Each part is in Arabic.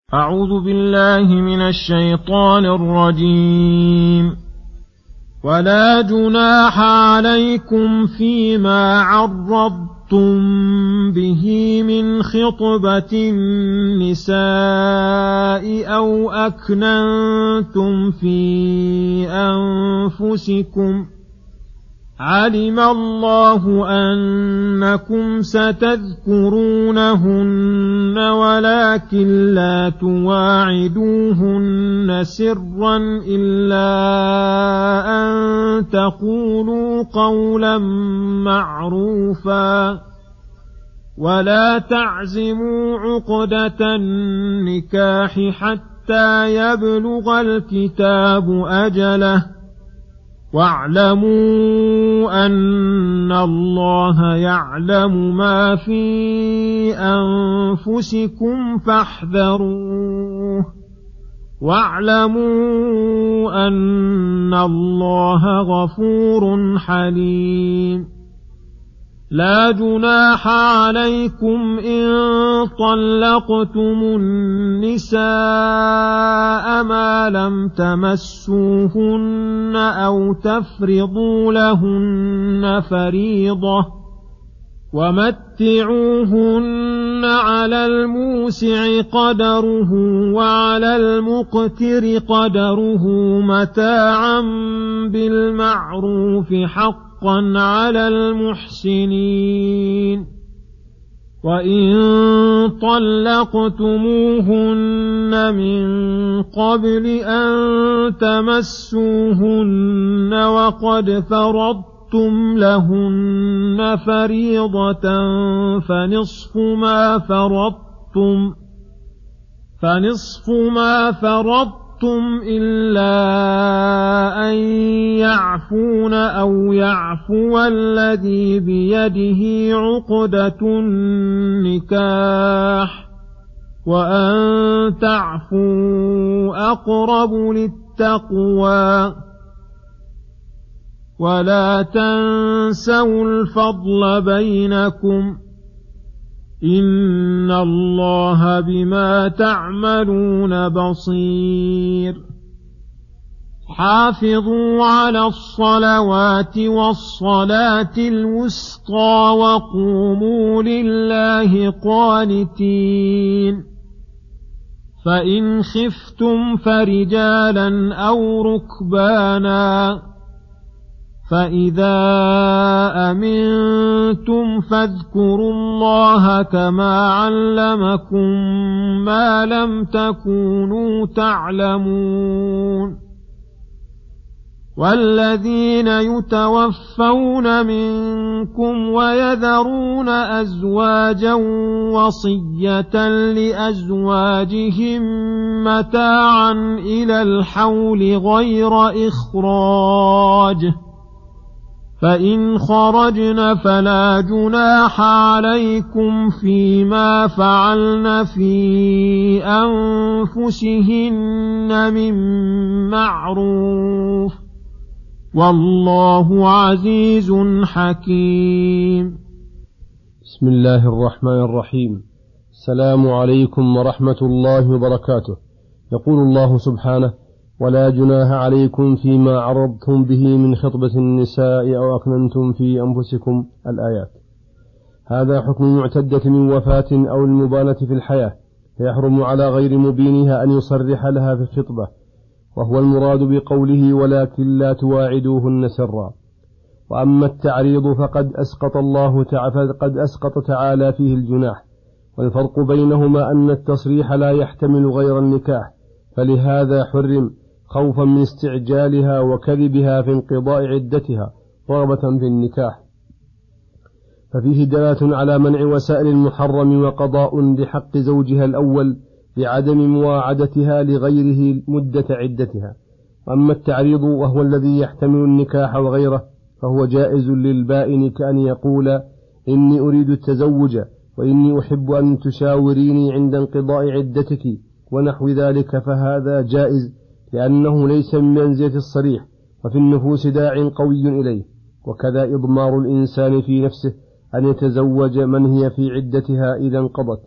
أعوذ بالله من الشيطان الرجيم. ولا جناح عليكم فيما عرضتم به من خطبة النساء أو أكننتم في أنفسكم علم الله أنكم ستذكرونهن ولكن لا تواعدوهن سرا إلا أن تقولوا قولا معروفا ولا تعزموا عقدة النكاح حتى يبلغ الكتاب أجله واعلموا أن الله يعلم ما في أنفسكم فاحذروه واعلموا أن الله غفور حليم. لا جناح عليكم إن طلقتم النساء ما لم تمسوهن أو تفرضوا لهن فريضة ومتعوهن على الموسع قدره وعلى المقتر قدره متاعا بالمعروف حقا على المحسنين. وإن طلقتموهن من قبل أن تمسوهن وقد فرضتم لهن فريضة فنصف ما فرضتم إلا أن يعفون أو يعفو الذي بيده عقدة النكاح وأن تعفوا أقرب للتقوى. ولا تنسوا الفضل بينكم إن الله بما تعملون بصير. حافظوا على الصلوات والصلاة الوسطى وقوموا لله قانتين. فإن خفتم فرجالا أو ركبانا فإذا أمنتم فاذكروا الله كما علمكم ما لم تكونوا تعلمون. والذين يتوفون منكم ويذرون أزواجا وصية لأزواجهم متاعا إلى الحول غير إخراج فإن خرجن فلا جناح عليكم فيما فعلن في أنفسهن من معروف والله عزيز حكيم. بسم الله الرحمن الرحيم. السلام عليكم ورحمة الله وبركاته. يقول الله سبحانه: ولا جناح عليكم فيما عرضتم به من خطبة النساء أو أكننتم في أنفسكم. الآيات. هذا حكم المعتدة من وفاة أو المبالة في الحياة، فيحرم على غير مبينها أن يصرح لها في الخطبة، وهو المراد بقوله ولكن لا تواعدوهن سرا. وأما التعريض فقد أسقط تعالى فيه الجناح، والفرق بينهما أن التصريح لا يحتمل غير النكاح، فلهذا حرم خوفا من استعجالها وكذبها في انقضاء عدتها رغبة في النكاح، ففيه دلالة على منع وسائل المحرم وقضاء بحق زوجها الأول بعدم مواعدتها لغيره مدة عدتها. وأما التعريض وهو الذي يحتمل النكاح وغيره فهو جائز للبائن، كأن يقول: إني أريد التزوج وإني أحب أن تشاوريني عند انقضاء عدتك ونحو ذلك، فهذا جائز لأنه ليس من منزلة الصريح، وفي النفوس داع قوي إليه. وكذا إضمار الإنسان في نفسه أن يتزوج من هي في عدتها إذا انقضت،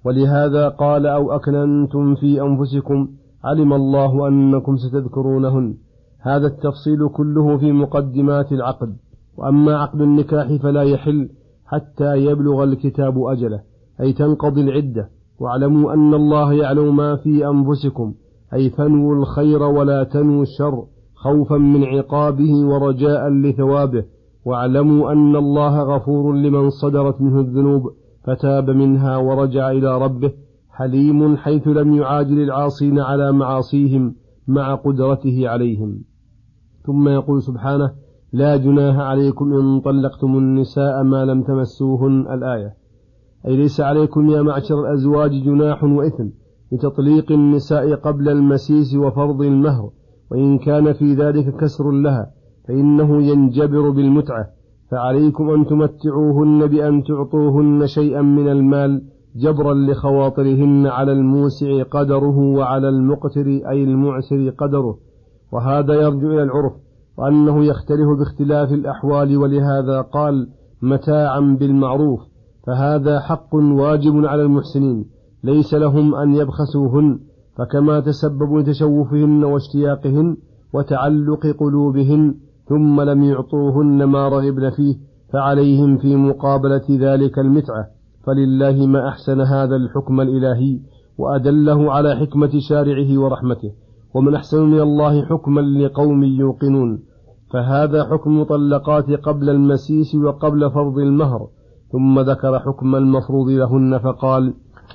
ولهذا قال أو أكننتم في أنفسكم علم الله أنكم ستذكرونهن. هذا التفصيل كله في مقدمات العقد. وأما عقد النكاح فلا يحل حتى يبلغ الكتاب أجله، أي تنقضي العدة. واعلموا أن الله يعلم ما في أنفسكم، أي فنوا الخير ولا تنوا الشر، خوفا من عقابه ورجاء لثوابه. واعلموا أن الله غفور لمن صدرت منه الذنوب فتاب منها ورجع إلى ربه، حليم حيث لم يعاجل العاصين على معاصيهم مع قدرته عليهم. ثم يقول سبحانه: لا جناح عليكم إن طلقتم النساء ما لم تمسوهن، الآية. أي ليس عليكم يا معشر الأزواج جناح وإثم لتطليق النساء قبل المسيس وفرض المهر، وإن كان في ذلك كسر لها فإنه ينجبر بالمتعة، فعليكم أن تمتعوهن بأن تعطوهن شيئا من المال جبرا لخواطرهن على الموسع قدره وعلى المقتر أي المعسر قدره. وهذا يرجع إلى العرف، وأنه يختلف باختلاف الأحوال، ولهذا قال متاعا بالمعروف. فهذا حق واجب على المحسنين، ليس لهم أن يبخسوهن، فكما تسببوا لتشوفهن واشتياقهن وتعلق قلوبهن ثم لم يعطوهن ما رغبن فيه، فعليهم في مقابلة ذلك المتعة. فلله ما أحسن هذا الحكم الإلهي وأدله على حكمة شارعه ورحمته، ومن أحسن من الله حكما لقوم يوقنون. فهذا حكم مطلقات قبل المسيس وقبل فرض المهر، ثم ذكر حكم المفروض لهن فقال: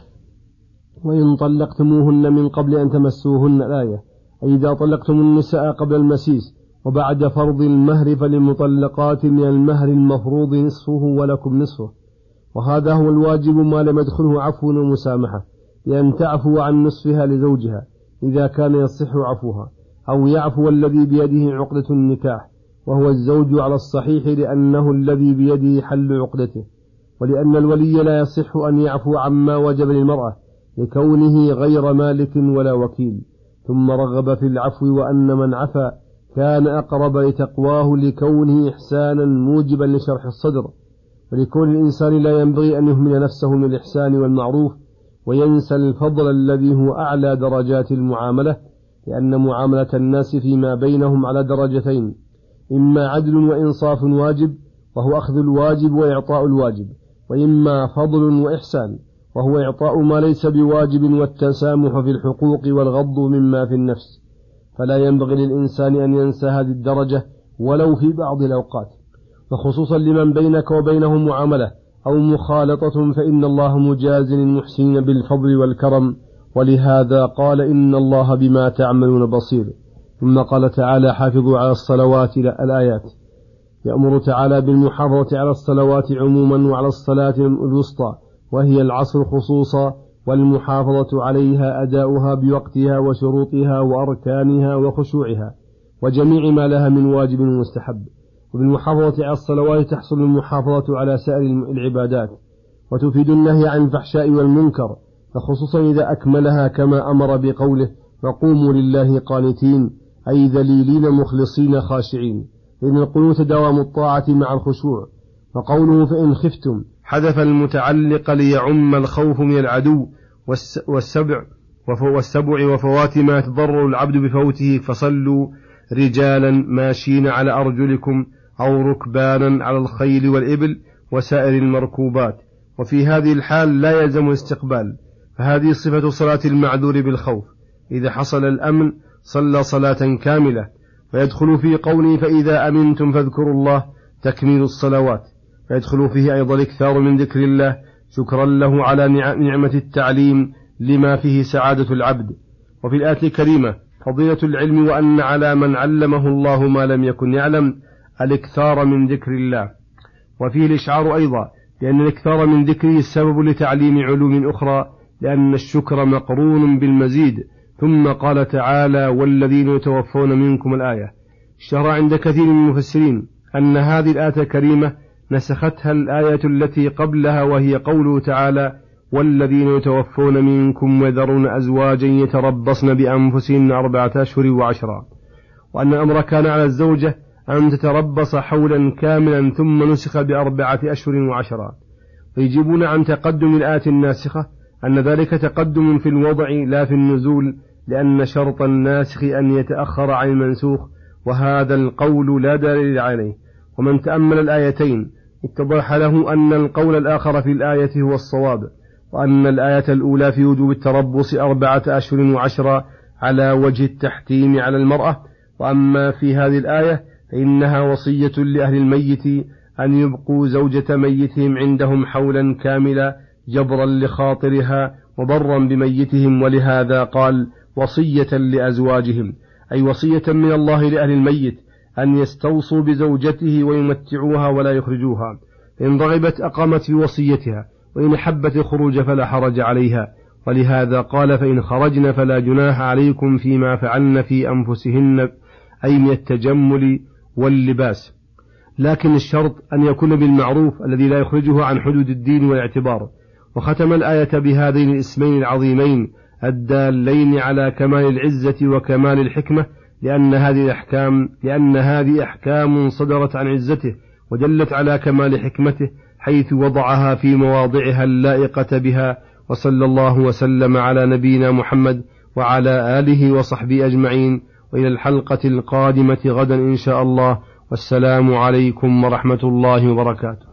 وإن طلقتموهن من قبل أن تمسوهن، الآية. أي إذا طلقتم النساء قبل المسيس وبعد فرض المهر فللمطلقات من المهر المفروض نصفه ولكم نصفه، وهذا هو الواجب ما لم يدخله عفو ومسامحة، لأن تعفو عن نصفها لزوجها إذا كان يصح عفوها، أو يعفو الذي بيده عقدة النكاح وهو الزوج على الصحيح، لأنه الذي بيده حل عقدته، ولأن الولي لا يصح أن يعفو عما وجب للمرأة لكونه غير مالك ولا وكيل. ثم رغب في العفو، وأن من عفا كان أقرب لتقواه لكونه إحسانا موجبا لشرح الصدر، ولكون الإنسان لا ينبغي أن يهمل نفسه من الإحسان والمعروف وينسى الفضل الذي هو أعلى درجات المعاملة، لأن معاملة الناس فيما بينهم على درجتين: إما عدل وإنصاف واجب وهو أخذ الواجب وإعطاء الواجب، وإما فضل وإحسان وهو إعطاء ما ليس بواجب والتسامح في الحقوق والغض مما في النفس. فلا ينبغي للإنسان أن ينسى هذه الدرجة ولو في بعض الأوقات، وخصوصا لمن بينك وبينهم معاملة أو مخالطة، فإن الله مجاز المحسنين بالفضل والكرم، ولهذا قال: إن الله بما تعملون بصير. ثم قال تعالى: حافظوا على الصلوات، الآيات. يأمر تعالى بالمحافظة على الصلوات عموما وعلى الصلاة الوسطى وهي العصر خصوصا، والمحافظة عليها أداؤها بوقتها وشروطها وأركانها وخشوعها وجميع ما لها من واجب ومستحب. وبالمحافظة على الصلوات تحصل المحافظة على سائر العبادات، وتفيد النهي عن الفحشاء والمنكر، فخصوصا إذا أكملها كما أمر بقوله: وقوموا لله قانتين، أي ذليلين مخلصين خاشعين، إذن القنوت دوام الطاعة مع الخشوع. وقوله: فإن خفتم حذف المتعلق ليعم الخوف من العدو والسبع وفوات ما يتضرر العبد بفوته، فصلوا رجالا ماشين على أرجلكم أو ركبانا على الخيل والإبل وسائر المركوبات. وفي هذه الحال لا يلزم الاستقبال، فهذه صفة صلاة المعذور بالخوف. إذا حصل الأمن صلى صلاة كاملة. ويدخل في قوله: فإذا أمنتم فاذكروا الله، تكميل الصلوات، فيدخل فيه أيضا الإكثار من ذكر الله شكرا له على نعمة التعليم لما فيه سعادة العبد. وفي الآية الكريمة فضيلة العلم، وأن على من علمه الله ما لم يكن يعلم الإكثار من ذكر الله. وفيه الإشعار أيضا لأن الإكثار من ذكره السبب لتعليم علوم أخرى، لأن الشكر مقرون بالمزيد. ثم قال تعالى: والذين يتوفون منكم، الآية. اشتهر عند كثير من المفسرين أن هذه الآية الكريمة نسختها الآية التي قبلها، وهي قوله تعالى: والذين يتوفون منكم ويذرون أزواجا يتربصن بأنفسهن 4 أشهر و10، وأن الأمر كان على الزوجة أن تتربص حولا كاملا ثم نسخ ب4 أشهر و10. ويجيبون عن تقدم الآية الناسخة أن ذلك تقدم في الوضع لا في النزول، لأن شرط الناسخ أن يتأخر عن المنسوخ، وهذا القول لا دليل عليه. ومن تأمل الآيتين اتضح له أن القول الآخر في الآية هو الصواب، وأن الآية الأولى في وجوب التربص 4 أشهر و10 على وجه التحتيم على المرأة، وأما في هذه الآية فإنها وصية لأهل الميت أن يبقوا زوجة ميتهم عندهم حولا كاملا جبرا لخاطرها وبرا بميتهم، ولهذا قال وصية لأزواجهم، أي وصية من الله لأهل الميت أن يستوصوا بزوجته ويمتعوها ولا يخرجوها، إن رغبت أقامت في وصيتها، وإن حبت الخروج فلا حرج عليها. ولهذا قال فإن خرجن فلا جناح عليكم فيما فعلن في أنفسهن، أي من التجمل واللباس، لكن الشرط أن يكون بالمعروف الذي لا يخرجه عن حدود الدين والاعتبار. وختم الآية بهذين الاسمين العظيمين الدالين على كمال العزة وكمال الحكمة، لأن هذه أحكام صدرت عن عزته ودلت على كمال حكمته، حيث وضعها في مواضعها اللائقة بها. وصلى الله وسلم على نبينا محمد وعلى آله وصحبه أجمعين، وإلى الحلقة القادمة غدا إن شاء الله، والسلام عليكم ورحمة الله وبركاته.